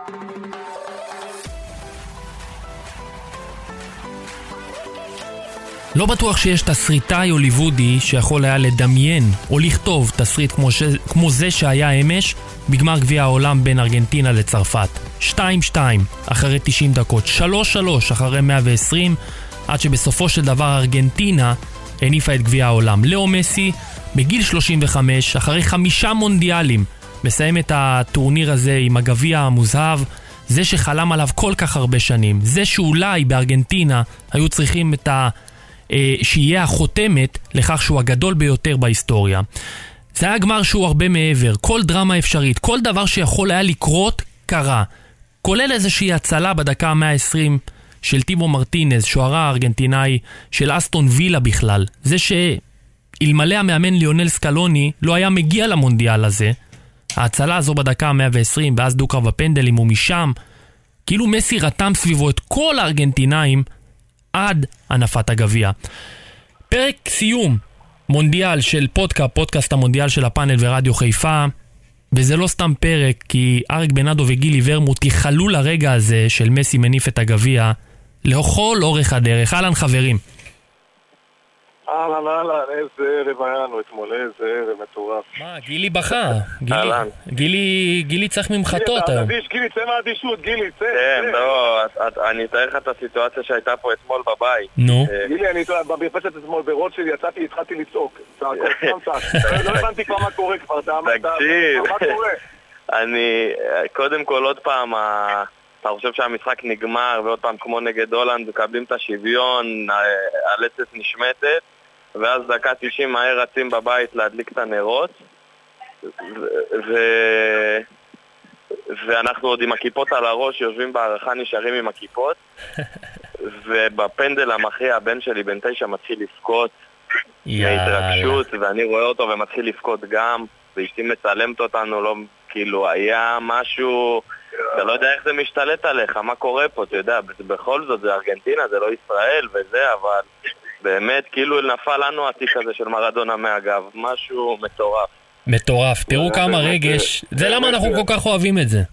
לא בטוח שיש תסריטאי הוליוודי שיכול היה לדמיין או לכתוב תסריט כמו זה שהיה אמש בגמר גביע העולם בין ארגנטינה לצרפת. 2-2 אחרי 90 דקות, 3-3 אחרי 120, עד שבסופו של דבר ארגנטינה הניפה את גביע העולם. לאו מסי בגיל 35, אחרי 5 מונדיאלים, מסיים את הטורניר הזה עם הגביע המוזהב, זה שחלם עליו כל כך הרבה שנים, זה שאולי בארגנטינה היו צריכים את שיהיה החותמת לכך שהוא הגדול ביותר בהיסטוריה. זה היה גמר שהוא הרבה מעבר, כל דרמה אפשרית, כל דבר שיכול היה לקרות קרה, כולל איזושהי הצלה בדקה ה-120 של טיבו מרטינז, שוערה הארגנטינאי של אסטון וילה בכלל, זה שאלמלא המאמן ליונל סקלוני לא היה מגיע למונדיאל הזה. ההצלה הזו בדקה ה-120 ואז דו-קרב הפנדלים, ומשם כאילו מסי רתם סביבו את כל הארגנטינאים עד הנפת הגביע. פרק סיום מונדיאל של פודקאסט המונדיאל של הפאנל ורדיו חיפה, וזה לא סתם פרק, כי אריק בנאדו וגילי ורמוט ייחלו לרגע הזה של מסי מניף את הגביע לכל אורך הדרך. אהלן חברים. אהלן, איזה ערב היה לנו אתמול, איזה ערב מטורף. מה, גילי בכה. גילי צריך ממחטות היום. גילי, צא מהאדישות, גילי, צא. כן, לא, אני אתאר לך את הסיטואציה שהייתה פה אתמול בבית. נו. גילי, אני במרפסת אתמול ברוט שלי, יצאתי, התחלתי לצעוק. לא הבנתי כבר מה קורה כבר, תקשיב. מה קורה? אני, קודם כל עוד פעם, אתה חושב שהמשחק נגמר, ועוד פעם כמו נגד הולנד, מקבלים את השוויון, הלצת נשמטת, ואז דקה 90 מהר רצים בבית להדליק את הנרות, ואנחנו עוד עם הכיפות על הראש, יושבים בערכה, נשארים עם הכיפות, ובפנדל המכריע הבן שלי בן 9 מתחיל לפקוט מהתרגשות, ואני רואה אותו ומתחיל לפקוט גם, ואשתי מצלמת אותנו, לא, כאילו היה משהו, אתה לא יודע איך זה משתלט עליך, מה קורה פה, אתה יודע, בכל זאת זה ארגנטינה, זה לא ישראל וזה, אבל באמת כאילו נפל לנו התיק הזה של מרדונה מהגב, משהו מטורף. מטורף, תראו כמה רגש, זה למה אנחנו כל כך אוהבים את זה.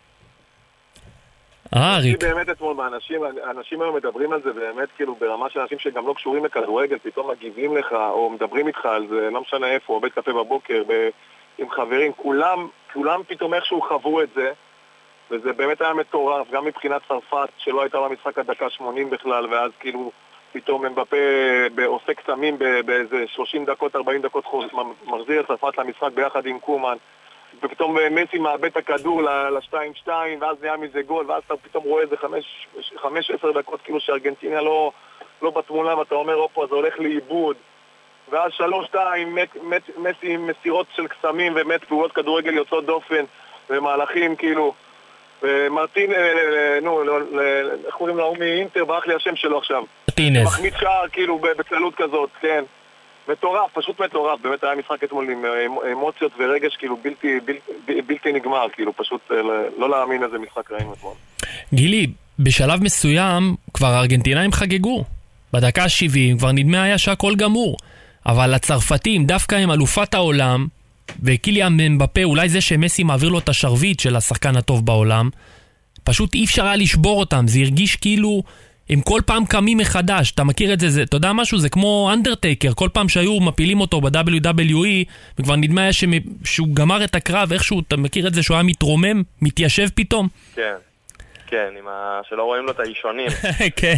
אריק. באמת אתמול אנשים היום מדברים על זה באמת כאילו ברמה של אנשים שגם לא קשורים לכדורגל, פתאום מגיבים לך או מדברים איתך על זה, לא משנה איפה, או בית קפה בבוקר עם חברים, כולם פתאום איכשהו חוו את זה, וזה באמת היה מטורף, גם מבחינת צרפת שלא הייתה במשחק הדקה 80 בכלל, ואז כאילו פתאום אמבפה עושה קסמים באיזה 30 דקות, 40 דקות מחזיר את צרפת למשחק ביחד עם קומן, ופתאום מסי מאבד את הכדור ל-2-2, ואז נהיה מזה גול, ואז אתה פתאום רואה איזה 5-10 דקות כאילו שארגנטינה לא בתמונה, ואתה אומר, אופו, זה הולך לאיבוד, ואז 3-2, מסי עם מסירות של קסמים, באמת פעולות כדורגל יוצאות דופן, ומהלכים כאילו, ומרטין, איך קוראים לו מאינטר, ברח לי השם שלו עכשיו. מרטינז. מחמיד שער כאילו בקלות כזאת, כן. מטורף, פשוט מטורף, באמת היה משחק אתמול עם אמוציות ורגש כאילו בלתי נגמר, כאילו פשוט לא להאמין איזה משחק ראינו אתמול. גילי, בשלב מסוים כבר הארגנטינאים חגגו. בדקה 70 כבר נדמה היה שהכל גמור. אבל הצרפתים, דווקא הם אלופת העולם, וקיליאן אמבפה, אולי זה שמסי מעביר לו את השרביט של השחקן הטוב בעולם, פשוט אי אפשר היה לשבור אותם. זה הרגיש כאילו הם כל פעם קמים מחדש. אתה מכיר את זה, אתה יודע משהו? זה כמו אנדרטייקר, כל פעם שהיו מפילים אותו ב-WWE וכבר נדמה היה שהוא גמר את הקרב, איכשהו, אתה מכיר את זה שהוא היה מתרומם, מתיישב פתאום? כן, כן, שלא רואים לו את האישונים. כן.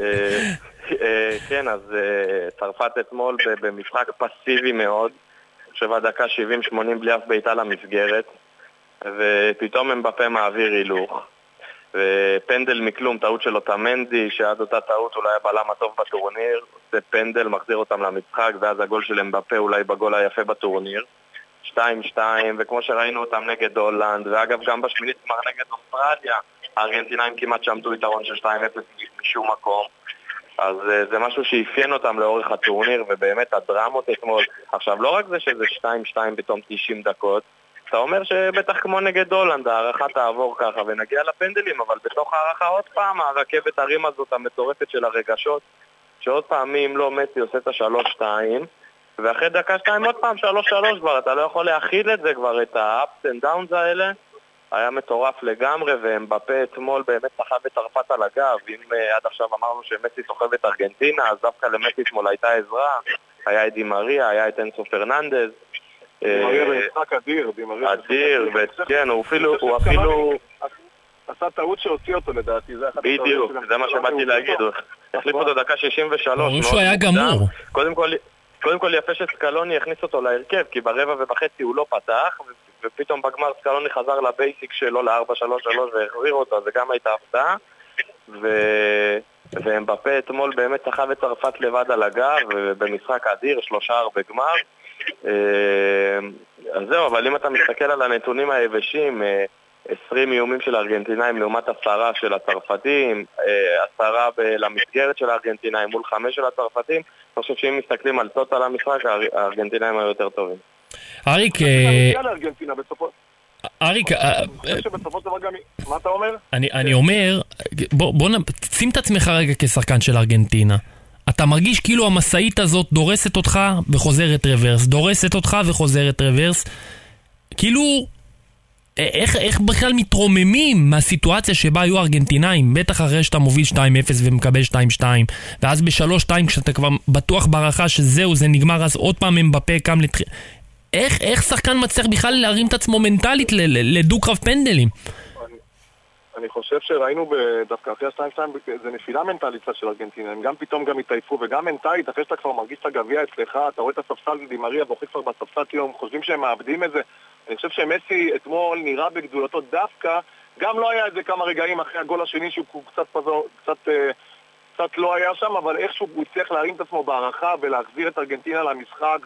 כן, אז צרפת אתמול במשחק פסיבי מאוד, שבדקה 70-80 בלי אף ביתה למסגרת, ופתאום אמבפה מעביר הילוך, ופנדל מכלום, טעות של אוטמנדי, שעד אותה טעות אולי הבלם הטוב בטורניר, עושה פנדל, מחזיר אותם למשחק, ואז הגול של אמבפה אולי בגול היפה בטורניר, 2-2, וכמו שראינו אותם נגד הולנד, ואגב גם בשמינית גמר נגד אוסטרליה, הארגנטינאים כמעט שעמדו יתרון של 2-0 משום מקום, אז זה משהו שאפיין אותם לאורך הטורניר, ובאמת הדרמות אתמול, עכשיו לא רק זה שזה 2-2 פתאום 90 דקות, אתה אומר שבטח כמו נגד הולנד, הערכה תעבור ככה ונגיע לפנדלים, אבל בתוך הערכה עוד פעם, הרכבת הרים הזאת המטורפת של הרגשות, שעוד פעמים לא מסי עושה את ה-3-2, ואחרי דקה 2 עוד פעם 3-3 כבר, אתה לא יכול להכיל את זה כבר, את ה-ups and downs האלה, היה מטורף לגמרי, ואמבפה אתמול באמת סחב את צרפת על הגב. אם עד עכשיו אמרנו שמסי סוחב את ארגנטינה, אז דווקא למסי אתמול הייתה עזרה. היה את דימריה, היה את אנסו פרננדז. דימריה במשחק אדיר. אדיר, וכן, הוא אפילו... עשה טעות שהוציא אותו לדעתי. בדיוק, זה מה שבאתי להגיד. החליף אותו דקה 63. שהוא היה גמור. קודם כל יפה שסקלוני הכניס אותו להרכב, כי ברבע ובחצי הוא לא פתח, ופתאום בגמר סקלוני חזר לבייסיק שלו ל-4-3-3 והחזיר אותו, זה גם הייתה הפתעה. ואמבפה אתמול באמת סחב את צרפת לבד על הגב, במשחק אדיר, 3 בגמר. אז זהו, אבל אם אתה מסתכל על הנתונים היבשים, 20 איומים של הארגנטינאים לעומת 10 של הצרפתים, 10 למסגרת של הארגנטינאים מול 5 של הצרפתים. אני חושב שאם מסתכלים על טוטל המשחק, הארגנטינאים היו יותר טובים. אריק, מה אתה אומר? אני אומר, בוא שים את עצמך רגע כשחקן של ארגנטינה. אתה מרגיש כאילו המסעית הזאת דורסת אותך וחוזרת רוורס, דורסת אותך וחוזרת רוורס. כאילו, איך בכלל מתרוממים מהסיטואציה שבה היו ארגנטינאים, בטח אחרי שאתה מוביל 2-0 ומקבל 2-2, ואז ב-3-2 כשאתה כבר בטוח ברכה שזהו, זה נגמר, אז עוד פעם מבפה קם איך שחקן מצליח בכלל להרים את עצמו מנטלית לדו-קרב פנדלים? אני חושב שראינו דווקא אחרי 2-2 זה נפילה מנטלית של ארגנטינה, הם גם פתאום גם התעייפו וגם מנטלית, אחרי שאתה כבר מרגיש את הגביע אצלך, אתה רואה את הספסל דימריה ואוכל כבר בספסל יום, חושבים שהם מאבדים את זה. אני חושב שמסי אתמול נראה בגדולתו דווקא, גם לא היה את זה כמה רגעים אחרי הגול השני שהוא קצת לא היה שם, אבל איכשהו הוא הצליח להרים את עצמו בערכה ולהחזיר את ארגנטינה למשחק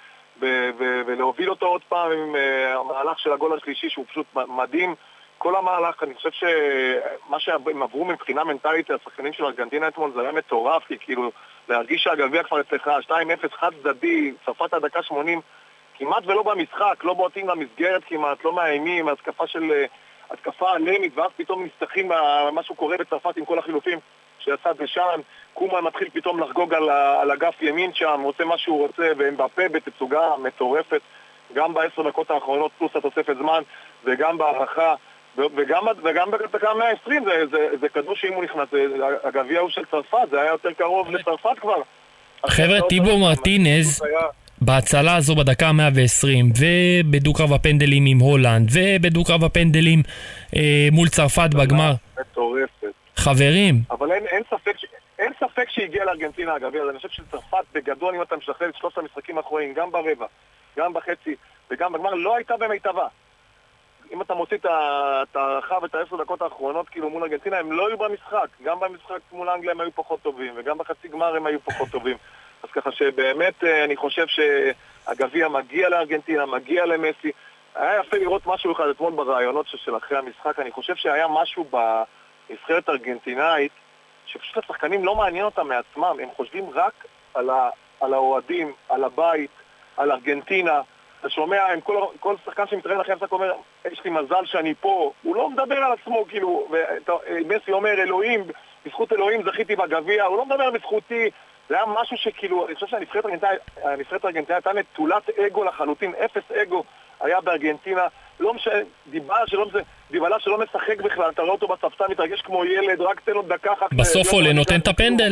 ולהוביל אותו עוד פעם עם המהלך של הגול השלישי שהוא פשוט מדהים. כל המהלך, אני חושב שמה שהם עברו מבחינה מנטלית השחקנים של ארגנטינה אתמול זה היה מטורף, כי כאילו להרגיש שהגביע כבר אצלך 2-0 חד צדדי, צרפת הדקה 80 כמעט ולא במשחק, לא בועטים למסגרת כמעט, לא מאיימים, התקפה אנמית, ואז פתאום מסתכים משהו קורה בצרפת עם כל החילופים שיצא דשאן, קומן מתחיל פתאום לחגוג על אגף ימין שם, רוצה מה שהוא רוצה, ואמבפה בתצוגה מטורפת, גם ב10 דקות האחרונות פלוס התוספת זמן, וגם בהערכה, וגם בדקה 120, זה כדור שאם הוא נכנס, הגביע הוא של צרפת, זה היה יותר קרוב לצרפת כבר. חבר'ה, טיבו מרטינז בהצלה הזו בדקה 120 ובדו-קרב הפנדלים עם הולנד ובדו-קרב הפנדלים מול צרפת בגמר. מטורפת. חברים. אבל אין ספק שהגיע לארגנטינה הגביע, אני חושב שצרפת בגדול אם אתה משחרר את 3 המשחקים האחרונים, גם ברבע, גם בחצי וגם בגמר, לא הייתה במיטבה. אם אתה מוציא את הערכה ואת 10 דקות האחרונות כאילו מול ארגנטינה, הם לא היו במשחק. גם במשחק מול אנגליה הם היו פחות טובים, וגם בחצי גמר הם היו פחות טובים. אז ככה שבאמת אני חושב שהגביע מגיע לארגנטינה, מגיע למסי. היה יפה לראות משהו אחד אתמול ברעיונות של אחרי המשחק. אני חושב שהיה משהו בנבחרת ארגנטינאית, שפשוט השחקנים לא מעניין אותם מעצמם. הם חושבים רק על האוהדים, על הבית, על ארגנטינה. אתה שומע, כל שחקן שמתראיין אחרי המשחק אומר, יש לי מזל שאני פה. הוא לא מדבר על עצמו, כאילו, ומסי אומר, אלוהים, בזכות אלוהים זכיתי בגביע. הוא לא מדבר בזכותי. זה היה משהו שכאילו, אני חושב שהנבחרת הארגנטינאית הייתה נטולת אגו לחלוטין, אפס אגו היה בארגנטינה, לא משנה, דיבלה שלא משחק בכלל, אתה רואה אותו בספסל, מתרגש כמו ילד, רק תן לו דקה אחת. בסוף עולה, נותן את הפנדל.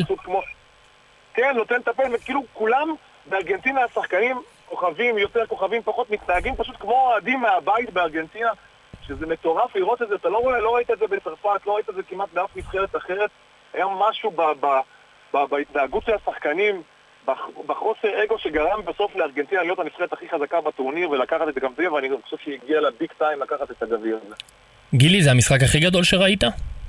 כן, נותן את הפנדל, וכאילו כולם בארגנטינה השחקנים, כוכבים, יותר כוכבים, פחות מתנהגים, פשוט כמו אוהדים מהבית בארגנטינה, שזה מטורף לראות את זה, אתה לא ראית את זה בצרפת, לא ראית את זה כמעט באף נבחרת אחרת, היה משהו בהתנהגות של השחקנים, בחוסר אגו שגרם בסוף לארגנטינה להיות הנבחרת הכי חזקה בטורניר ולקחת את הגביע, ואני חושב שהגיע לביג טיים לקחת את הגביע הזה. גילי, זה המשחק הכי גדול שראית?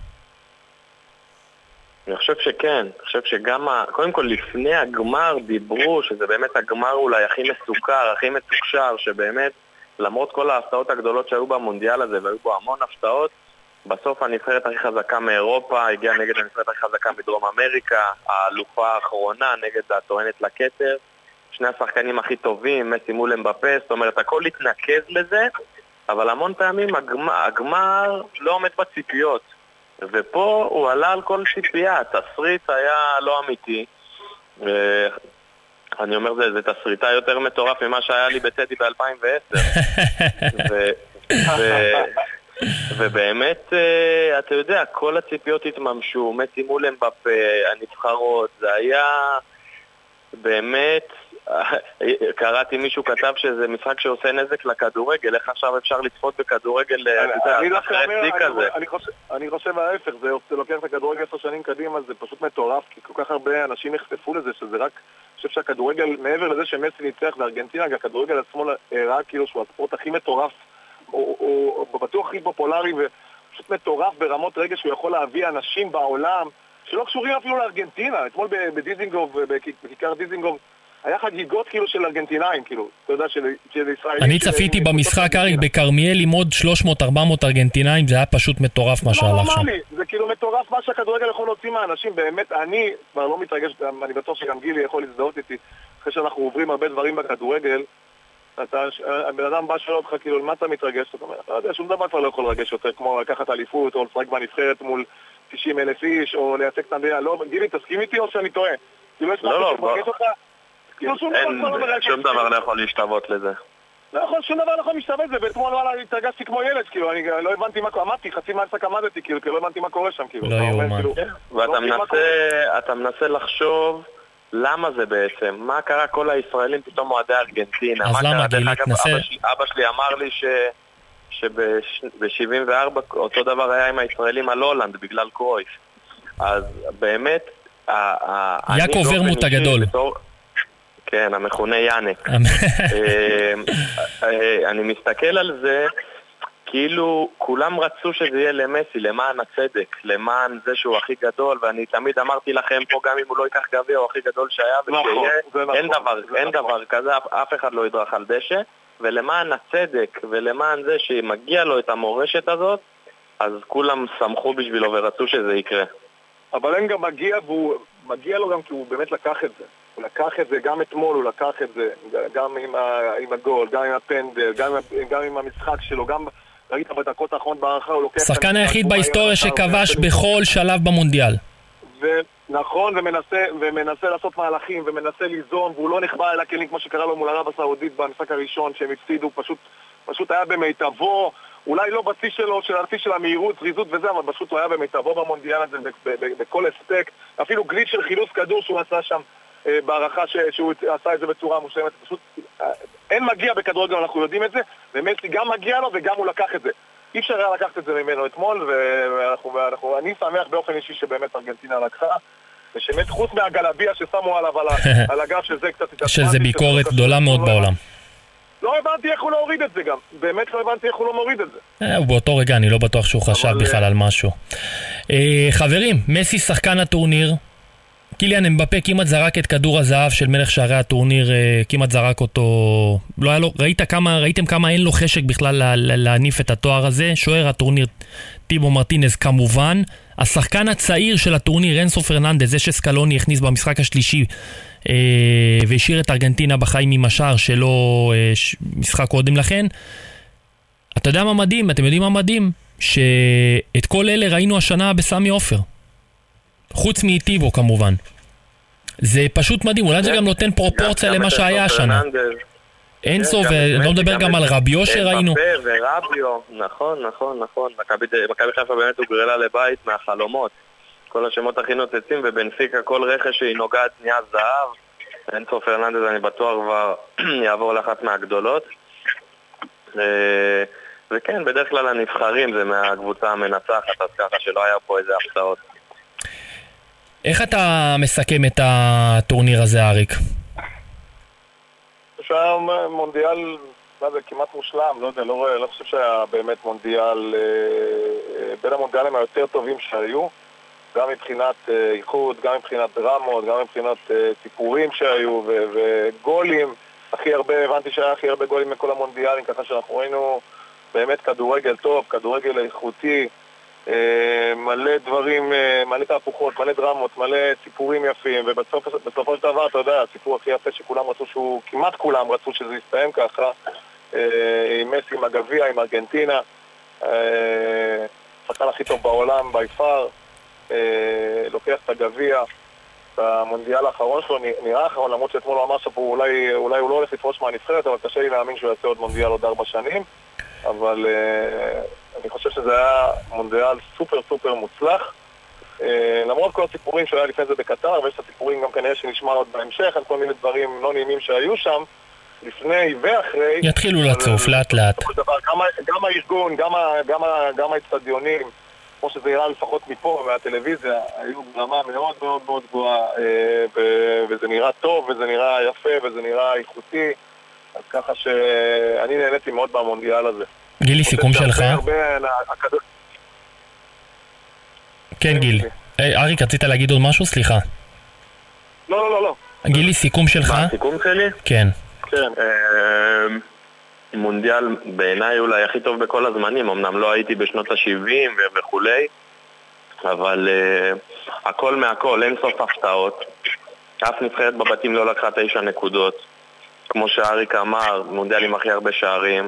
אני חושב שכן, אני חושב שגם, קודם כל לפני הגמר דיברו שזה באמת הגמר אולי הכי מסוכר, הכי מתוקשר, שבאמת למרות כל ההפתעות הגדולות שהיו במונדיאל הזה, והיו בו המון הפתעות, בסוף הנבחרת הכי חזקה מאירופה הגיעה נגד הנבחרת הכי חזקה מדרום אמריקה, האלופה האחרונה נגד הטוענת לכתר, שני השחקנים הכי טובים, מסי מול אמבפה, זאת אומרת הכל התנקז לזה, אבל המון פעמים הגמר לא עומד בציפיות, ופה הוא עלה על כל ציפייה, התסריט היה לא אמיתי, אני אומר זה תסריטה יותר מטורף ממה שהיה לי בטדי ב-2010 ובאמת, אתה יודע, כל הציפיות התממשו, מסי מול אמבפה, הנבחרות, זה היה באמת, קראתי מישהו כתב שזה משחק שעושה נזק לכדורגל, איך עכשיו אפשר לצפות בכדורגל אחרי פסיק כזה? אני חושב ההפך, זה לוקח את הכדורגל 10 שנים קדימה, זה פשוט מטורף, כי כל כך הרבה אנשים נחשפו לזה, שזה רק, אני חושב שהכדורגל, מעבר לזה שמסי ניצח בארגנטינה, הכדורגל עצמו הראה כאילו שהוא הספורט הכי מטורף, הוא בטוח הכי פופולרי ופשוט מטורף ברמות רגע שהוא יכול להביא אנשים בעולם שלא קשורים אפילו לארגנטינה. אתמול בדיזינגוף, בכיכר דיזינגוף, היה חגיגות כאילו של ארגנטינאים, כאילו, אתה יודע, של ישראלים. אני צפיתי במשחק אריק בקרמיאל עם עוד 300-400 ארגנטינאים, זה היה פשוט מטורף מה שהלך שם. זה כאילו מטורף מה שהכדורגל יכול להוציא מהאנשים, באמת, אני כבר לא מתרגש, אני בטוח שגם גילי יכול להזדהות איתי, אחרי שאנחנו עוברים הרבה דברים בכדורגל, הבן אדם בא שואל אותך כאילו, למה אתה מתרגש? אתה אומר, אתה יודע, שום דבר כבר לא יכול לרגש יותר, כמו לקחת אליפות, או לשחק בנבחרת מול 90,000 איש, או לייצג את המדינה. לא, גילי, תסכים איתי או שאני טועה? כאילו, יש משהו שמרגש אותך? שום דבר לא יכול להשתוות לזה. לא יכול, שום דבר לא יכול להשתוות לזה, ואתמול התרגשתי כמו ילד, כאילו, אני לא הבנתי מה קורה, עמדתי, חצי מהעסק עמדתי, כאילו, כי לא הבנתי מה קורה שם, כאילו. לא יאומן. ואתה מנסה לחשוב למה זה בעצם, מה קרה כל הישראלים פתאום אוהדי ארגנטינה. אז למה גיל, תנסה? אבא שלי אמר לי שב-74 אותו דבר היה עם הישראלים על הולנד, בגלל קרויף. אז באמת, יעקב ורמוט הגדול. כן, המכונה יאנק. אני מסתכל על זה, כאילו כולם רצו שזה יהיה למסי, למען הצדק, למען זה שהוא הכי גדול, ואני תמיד אמרתי לכם פה, גם אם הוא לא ייקח גביע, הוא הכי גדול שהיה, אין דבר כזה, אף אחד לא ידרך על דשא, ולמען הצדק, ולמען זה שמגיע לו את המורשת הזאת, אז כולם שמחו בשבילו ורצו שזה יקרה. אבל אין גם מגיע לו גם כי הוא באמת לקח את זה. הוא לקח את זה, גם אתמול הוא לקח את זה, גם עם הגול, גם עם הפנדל, גם עם המשחק שלו, גם ראית בדקות האחרונות בערכה, הוא לוקח... שחקן היחיד בהיסטוריה שכבש בכל שלב במונדיאל. נכון, ומנסה לעשות מהלכים, ומנסה ליזום, והוא לא נחבא אל הכלים כמו שקרה לו מול ערב הסעודית במשחק הראשון, שהם הפסידו, פשוט היה במיטבו, אולי לא בשיא שלו, של המהירות, זריזות וזה, אבל פשוט הוא היה במיטבו במונדיאל הזה, בכל אספקט, אפילו גליץ' של חילוץ כדור שהוא עשה שם, בערכה שהוא עשה את זה בצורה מושלמת, פשוט אין מגיע בכדורגל, אנחנו יודעים את זה, ומסי גם מגיע לו וגם הוא לקח את זה. אי אפשר היה לקחת את זה ממנו אתמול, ואני שמח באופן אישי שבאמת ארגנטינה לקחה, ושמת חוץ מהגלביה ששמו עליו על הגב שזה קצת... שזה ביקורת גדולה מאוד בעולם. לא הבנתי איך הוא לא הוריד את זה גם, באמת לא הבנתי איך הוא לא מוריד את זה. באותו רגע אני לא בטוח שהוא חשב בכלל על משהו. חברים, מסי שחקן הטורניר, קיליאן אמבפה כמעט זרק את כדור הזהב של מלך שערי הטורניר, כמעט זרק אותו, לא היה לו, ראיתם כמה אין לו חשק בכלל להניף את התואר הזה. שוער הטורניר טיבו מרטינז כמובן, השחקן הצעיר של הטורניר אנסו פרננדז, זה שסקלוני הכניס במשחק השלישי והשאיר את ארגנטינה בחיים עם השער שלו משחק קודם לכן. אתה יודע מה מדהים? אתם יודעים מה מדהים? שאת כל אלה ראינו השנה בסמי עופר, חוץ מטיבו כמובן. זה פשוט מדהים, אולי זה גם נותן פרופורציה למה שהיה השנה. אינסו, ולא מדבר גם על רביו שראינו. ורביו, נכון. מכבי חיפה באמת הוגרלה לבית מהחלומות. כל השמות הכי נוצצים, ובנפיקה כל רכש שהיא נוגעת נהיה זהב. אינסו פרננדז אני בטוח כבר יעבור לאחת מהגדולות. וכן, בדרך כלל הנבחרים זה מהקבוצה המנצחת, אז ככה שלא היה פה איזה הפתעות. איך אתה מסכם את הטורניר הזה, אריק? שם מונדיאל, מה זה, כמעט מושלם, לא יודע, לא חושב שהיה באמת מונדיאל, בין המונדיאלים היותר טובים שהיו, גם מבחינת איכות, גם מבחינת דרמות, גם מבחינת סיפורים שהיו, וגולים, הכי הרבה, הבנתי שהיה הכי הרבה גולים מכל המונדיאלים, ככה שאנחנו ראינו באמת כדורגל טוב, כדורגל איכותי, מלא דברים, מלא תהפוכות, מלא דרמות, מלא סיפורים יפים, ובסופו של דבר, אתה יודע, הסיפור הכי יפה שכולם רצו כמעט כולם רצו שזה יסתיים ככה, עם מסי, עם הגביע, עם ארגנטינה, השחקן הכי טוב בעולם, ביפר, לוקח את הגביע, במונדיאל האחרון שלו, נראה האחרון, למרות שאתמול הוא אמר שאולי הוא לא הולך לפרוש מהנבחרת, אבל קשה לי להאמין שהוא יעשה עוד מונדיאל עוד 4 שנים, אבל אני חושב שזה היה מונדיאל סופר סופר מוצלח, למרות כל הסיפורים שהיה לפני זה בקטר, ויש את הסיפורים גם כנראה שנשמע עוד בהמשך, על כל מיני דברים לא נעימים שהיו שם, לפני ואחרי. יתחילו לצוף לאט לאט. גם הארגון, גם האצטדיונים, כמו שזה יראה לפחות מפה, מהטלוויזיה, היו ברמה מאוד מאוד מאוד גבוהה, וזה נראה טוב, וזה נראה יפה, וזה נראה איכותי, אז ככה שאני נהניתי מאוד במונדיאל הזה. גילי, סיכום שלך? כן, גיל. אריק, רצית להגיד עוד משהו? סליחה. לא. גילי, סיכום שלך? הסיכום שלי? כן. כן. מונדיאל בעיניי אולי הכי טוב בכל הזמנים, אמנם לא הייתי בשנות ה-70 וכולי, אבל הכל מהכל, אין סוף הפתעות. אף נבחרת בבתים לא לקחה 9 נקודות. כמו שאריק אמר, מונדיאל עם הכי הרבה שערים.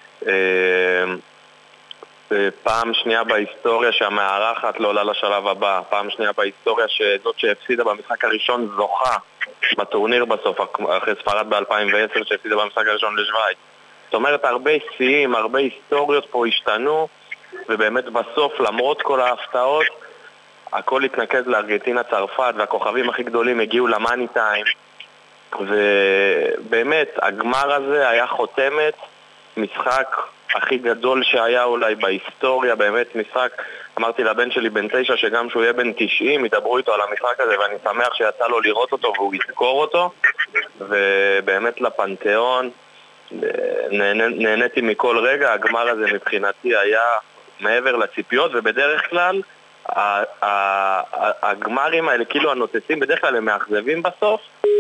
פעם שנייה בהיסטוריה שהמארחת לא עולה לשלב הבא, פעם שנייה בהיסטוריה שזאת שהפסידה במשחק הראשון זוכה בטורניר בסוף, אחרי ספרד ב-2010 שהפסידה במשחק הראשון לשוויץ. זאת אומרת, הרבה שיאים, הרבה היסטוריות פה השתנו, ובאמת בסוף, למרות כל ההפתעות, הכל התנקז לארגנטינה צרפת, והכוכבים הכי גדולים הגיעו למאני טיים, ובאמת, הגמר הזה היה חותמת, משחק הכי גדול שהיה אולי בהיסטוריה, באמת משחק, אמרתי לבן שלי בן 9 שגם שהוא יהיה בן 90 ידברו איתו על המשחק הזה, ואני שמח שיצא לו לראות אותו והוא יזכור אותו, ובאמת לפנתיאון נהניתי מכל רגע. הגמר הזה מבחינתי היה מעבר לציפיות, ובדרך כלל הגמרים האלה כאילו הנוצצים בדרך כלל הם מאכזבים בסוף.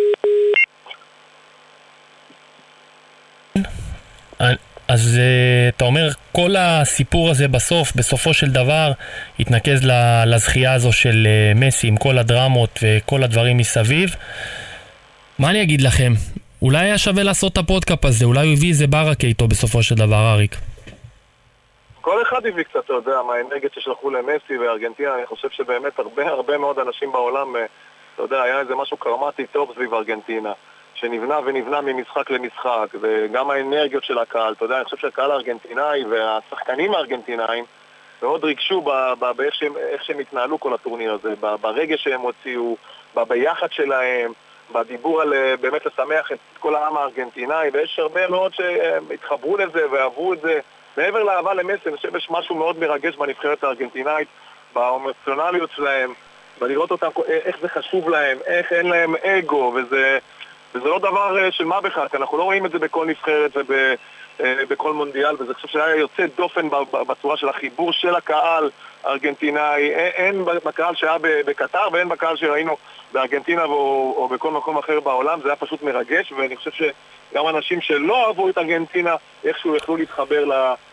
אז אתה אומר, כל הסיפור הזה בסופו של דבר התנקז לזכייה הזו של מסי עם כל הדרמות וכל הדברים מסביב. מה אני אגיד לכם? אולי היה שווה לעשות את הפודקאפ הזה, אולי הוא הביא איזה ברקה איתו בסופו של דבר, אריק. כל אחד הביא קצת, אתה יודע, מהאנרגיות ששלחו למסי וארגנטינה. אני חושב שבאמת הרבה מאוד אנשים בעולם, אתה יודע, היה איזה משהו קרמטי טוב סביב ארגנטינה, שנבנה ונבנה ממשחק למשחק, וגם האנרגיות של הקהל, אתה יודע, אני חושב שהקהל הארגנטינאי והשחקנים הארגנטינאים מאוד ריגשו באיך שהם התנהלו כל הטורניר הזה, ברגש שהם הוציאו, ביחד שלהם, בדיבור על באמת לשמח את כל העם הארגנטינאי, ויש הרבה מאוד שהתחברו לזה ואהבו את זה. מעבר לאהבה למסי, אני חושב שיש משהו מאוד מרגש בנבחרת הארגנטינאית, באמוציונליות שלהם, בלראות אותם, איך זה חשוב להם, איך אין להם אגו, וזה לא דבר של מה בכך, אנחנו לא רואים את זה בכל נבחרת ובכל מונדיאל, וזה חושב שהיה יוצא דופן בצורה של החיבור של הקהל הארגנטינאי, אין בקהל שהיה בקטר ואין בקהל שראינו בארגנטינה או בכל מקום אחר בעולם. זה היה פשוט מרגש, ואני חושב שגם אנשים שלא אהבו את ארגנטינה איכשהו יכלו להתחבר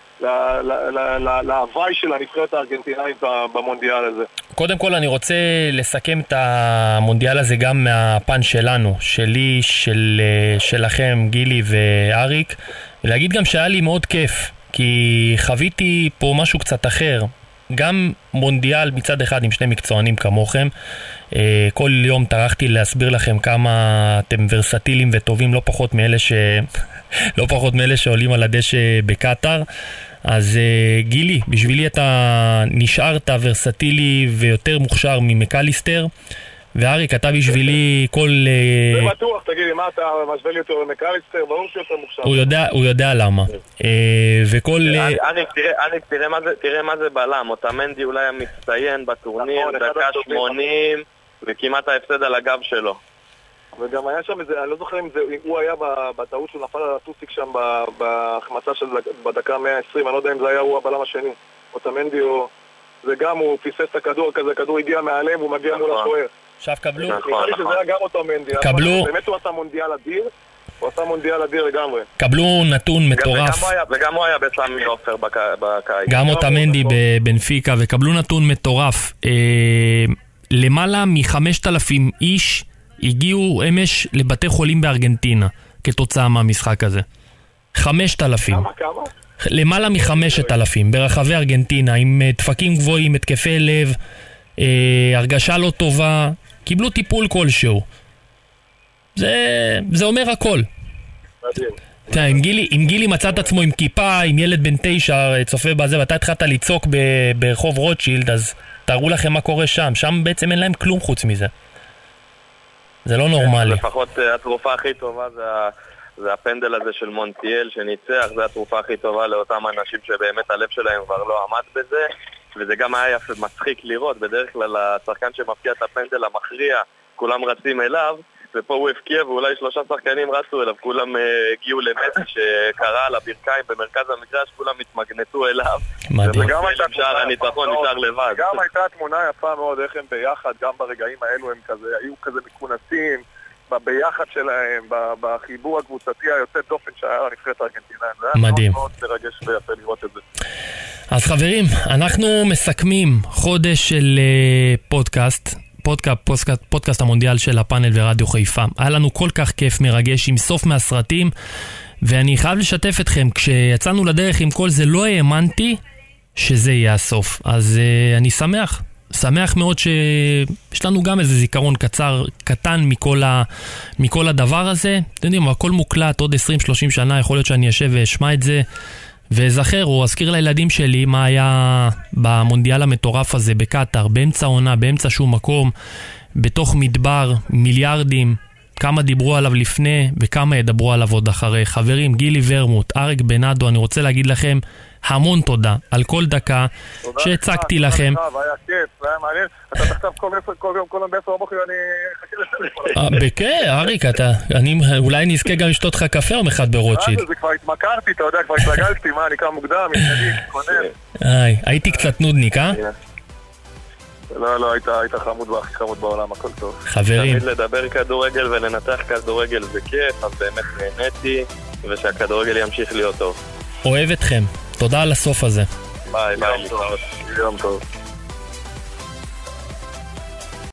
להוואי של הנבחרת הארגנטינאית במונדיאל הזה. קודם כל אני רוצה לסכם את המונדיאל הזה גם מהפן שלנו, שלי, שלכם, גילי ואריק, ולהגיד גם שהיה לי מאוד כיף, כי חוויתי פה משהו קצת אחר. גם מונדיאל מצד אחד עם שני מקצוענים כמוכם, כל יום טרחתי להסביר לכם כמה אתם ורסטיליים וטובים, לא פחות מאלה שעולים על הדשא בקטר. אז גילי, בשבילי אתה נשארת ורסטילי ויותר מוכשר ממקליסטר, ואריק, אתה בשבילי כל... זה בטוח, תגידי, מה אתה משווה לי אותו למקליסטר? ברור שיותר מוכשר. הוא יודע למה. וכל... אריק, תראה מה זה בלם. אותמנדי אולי המצטיין בטורניר, דקה 80, וכמעט ההפסד על הגב שלו. וגם היה שם איזה, אני לא זוכר אם הוא היה בטעות שהוא נפל על הטוסיק שם בהחמצה של בדקה 120, אני לא יודע אם זה היה הוא הבלם השני. אותמנדי זה גם, הוא פיסס את הכדור כזה, הכדור הגיע מעליהם, הוא מגיע מול השוער. עכשיו קבלו. נראה לי שזה היה גם אותמנדי. קבלו. באמת הוא עשה מונדיאל אדיר. הוא עשה מונדיאל אדיר לגמרי. קבלו נתון מטורף. וגם הוא היה בסמי עופר בקיץ. גם אותמנדי בבנפיקה, וקבלו נתון מטורף. למעלה מ-5,000 איש הגיעו אמש לבתי חולים בארגנטינה כתוצאה מהמשחק הזה. 5,000. כמה? למעלה מ5,000 ברחבי ארגנטינה, עם דפקים גבוהים, התקפי לב, הרגשה לא טובה, קיבלו טיפול כלשהו. זה אומר הכל. אם גילי מצא את עצמו עם כיפה, עם ילד בן 9 צופה בזה, ואתה התחלת לצעוק ברחוב רוטשילד, אז תראו לכם מה קורה שם. שם בעצם אין להם כלום חוץ מזה. זה לא נורמלי. לפחות התרופה הכי טובה זה הפנדל הזה של מונטיאל שניצח, זה התרופה הכי טובה לאותם אנשים שבאמת הלב שלהם כבר לא עמד בזה, וזה גם היה יפה מצחיק לראות. בדרך כלל השחקן שמפקיע את הפנדל המכריע, כולם רצים אליו, ופה הוא הפקיע ואולי 3 שחקנים רצו אליו, כולם הגיעו למסי שקרא על הברכיים במרכז המגרש, כולם התמגנטו אליו. מדהים. וגם שער הניצחון נשאר לבד. גם הייתה תמונה יפה מאוד איך הם ביחד, גם ברגעים האלו הם כזה, היו כזה מכונסים, ביחד שלהם, בחיבור הקבוצתי היוצא דופן שהיה לנבחרת הארגנטינאית. מדהים. מאוד מרגש ויפה לראות את זה. אז חברים, אנחנו מסכמים חודש של פודקאסט המונדיאל של הפאנל ורדיו חיפה. היה לנו כל כך כיף, מרגש, עם סוף מהסרטים, ואני חייב לשתף אתכם, כשיצאנו לדרך עם כל זה לא האמנתי שזה יהיה הסוף. אז אני שמח מאוד שיש לנו גם איזה זיכרון קטן מכל הדבר הזה. אתם יודעים, הכל מוקלט, עוד 20-30 שנה יכול להיות שאני אשב ואשמע את זה וזכר או אזכיר לילדים שלי מה היה במונדיאל המטורף הזה בקטר, באמצע עונה, באמצע שום מקום, בתוך מדבר, מיליארדים, כמה דיברו עליו לפני וכמה ידברו עליו עוד אחרי. חברים, גילי ורמוט, אריק בנאדו, אני רוצה להגיד לכם המון תודה על כל דקה שהצגתי לכם. היה כיף, זה היה מעניין. אתה תחשב כל יום ב10 בבוקר, אני חכה לסדר. בכיף, אריק, אולי נזכה גם לשתות לך קפה או אחד ברוטשילד. זה כבר התמכרתי, אתה יודע, כבר התרגלתי, מה, אני קם מוקדם, מתקדם. הייתי קצת נודניק, אה? לא, היית חמוד בעולם, הכל טוב. חברים. תמיד לדבר כדורגל ולנתח כדורגל זה כיף, אז באמת נהניתי, ושהכדורגל ימשיך להיות טוב. אוהב אתכם. תודה על הסוף הזה. ביי, יום טוב.